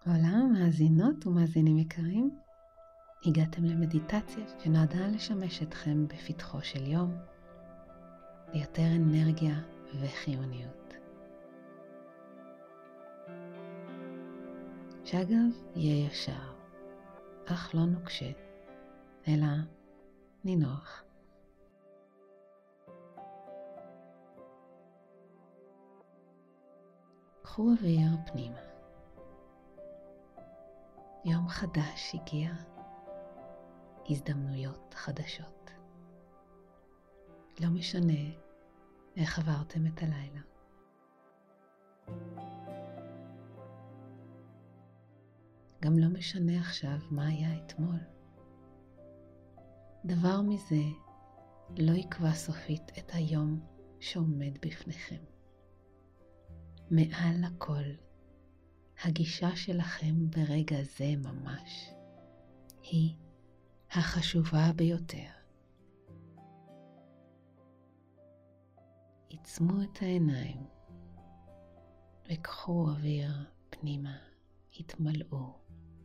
עולם מאזינות ומאזינים יקרים, הגעתם למדיטציה שנועדה לשמש אתכם בפתחו של יום, ליותר אנרגיה וחיוניות. שאגב, יהיה ישר, אך לא נוקשה, אלא נינוח. קחו אוויר פנימה. יום חדש הגיע, הזדמנויות חדשות. לא משנה איך עברתם את הלילה. גם לא משנה עכשיו מה היה אתמול. דבר מזה לא יקבע סופית את היום שעומד בפניכם. מעל הכל, הגישה שלכם ברגע זה ממש היא החשובה ביותר. עצמו את העיניים וקחו אוויר פנימה, התמלאו.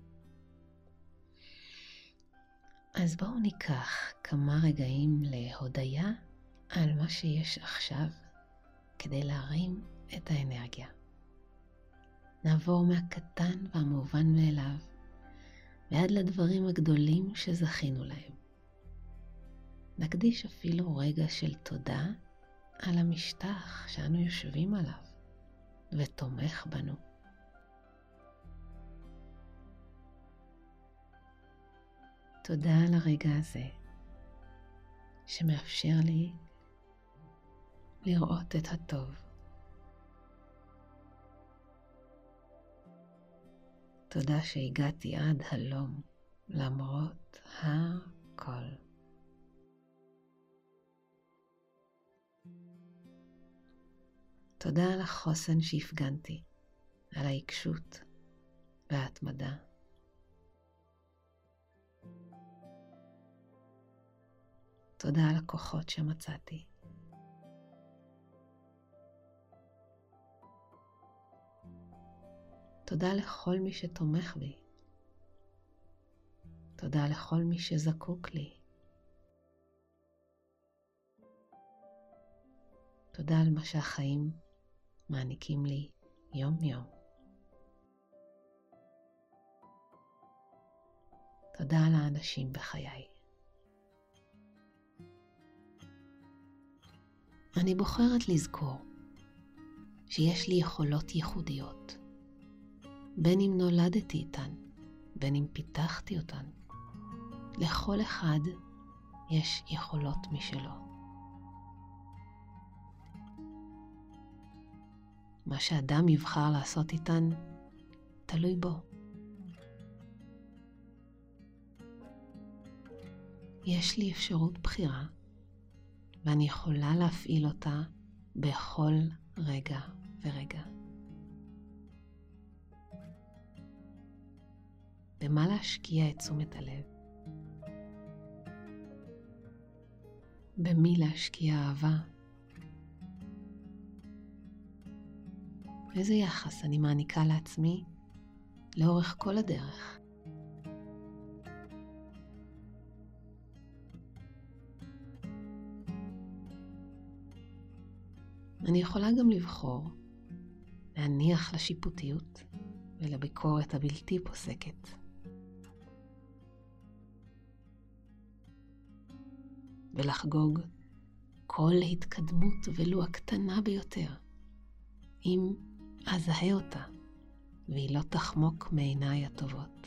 אז בואו ניקח כמה רגעים להודיה על מה שיש עכשיו כדי להרים את האנרגיה. נעבור מהקטן והמובן מאליו ועד לדברים הגדולים שזכינו להם. נקדיש אפילו רגע של תודה על המשטח שאנו יושבים עליו ותומך בנו. תודה על הרגע הזה שמאפשר לי לראות את הטוב. תודה שהגעתי עד הלום למרות הכל. תודה על החוסן שהפגנתי, על העיקשות וההתמדה. תודה על הכוחות שמצאתי. תודה לכל מי שתומך בי. תודה לכל מי שזקוק לי. תודה על מה שהחיים מעניקים לי יום יום. תודה על האנשים בחיי. אני בוחרת לזכור שיש לי יכולות ייחודיות. בין אם נולדתי איתן, בין אם פיתחתי אותן. לכל אחד יש יכולות משלו. מה שאדם יבחר לעשות איתן, תלוי בו. יש לי אפשרות בחירה, ואני יכולה להפעיל אותה בכל רגע ורגע. במה להשקיע את תשומת הלב? במי להשקיע אהבה? איזה יחס אני מעניקה לעצמי לאורך כל הדרך? אני יכולה גם לבחור להניח לשיפוטיות ולביקורת הבלתי פוסקת. ולחגוג כל התקדמות ולו הקטנה ביותר, אם אזהה אותה והיא לא תחמוק מעיניי הטובות.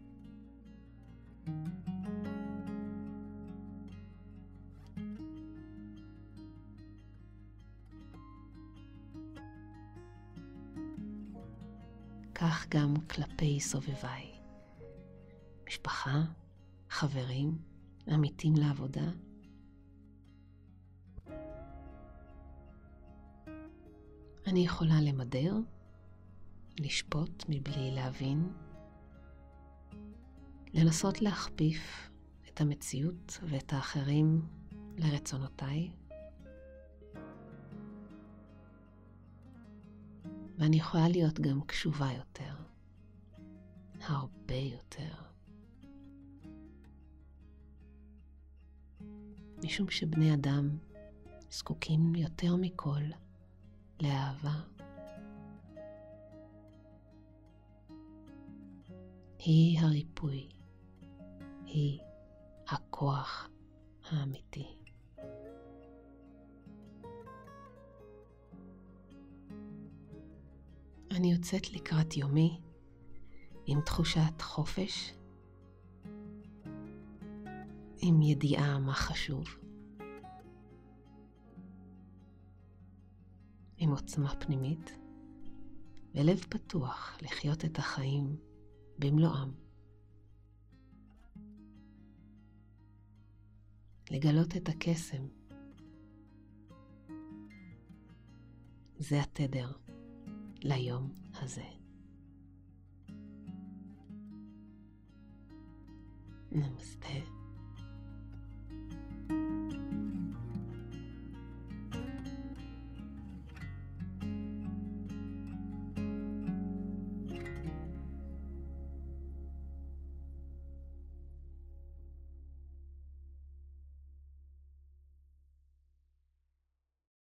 כך גם כלפי סובביי, משפחה, חברים, עמיתים לעבודה. אני יכולה למדר, לשפוט מבלי להבין, לנסות להכפיף את המציאות ואת האחרים לרצונותיי, ואני יכולה להיות גם קשובה יותר, הרבה יותר. משום שבני אדם זקוקים יותר מכל לאהבה. היא הריפוי, היא הכוח האמיתי. אני יוצאת לקראת יומי עם תחושת חופש, עם ידיעה מה חשוב, עם עוצמה פנימית ולב פתוח לחיות את החיים במלואם. לגלות את הקסם. זה התדר ליום הזה. נמסטה.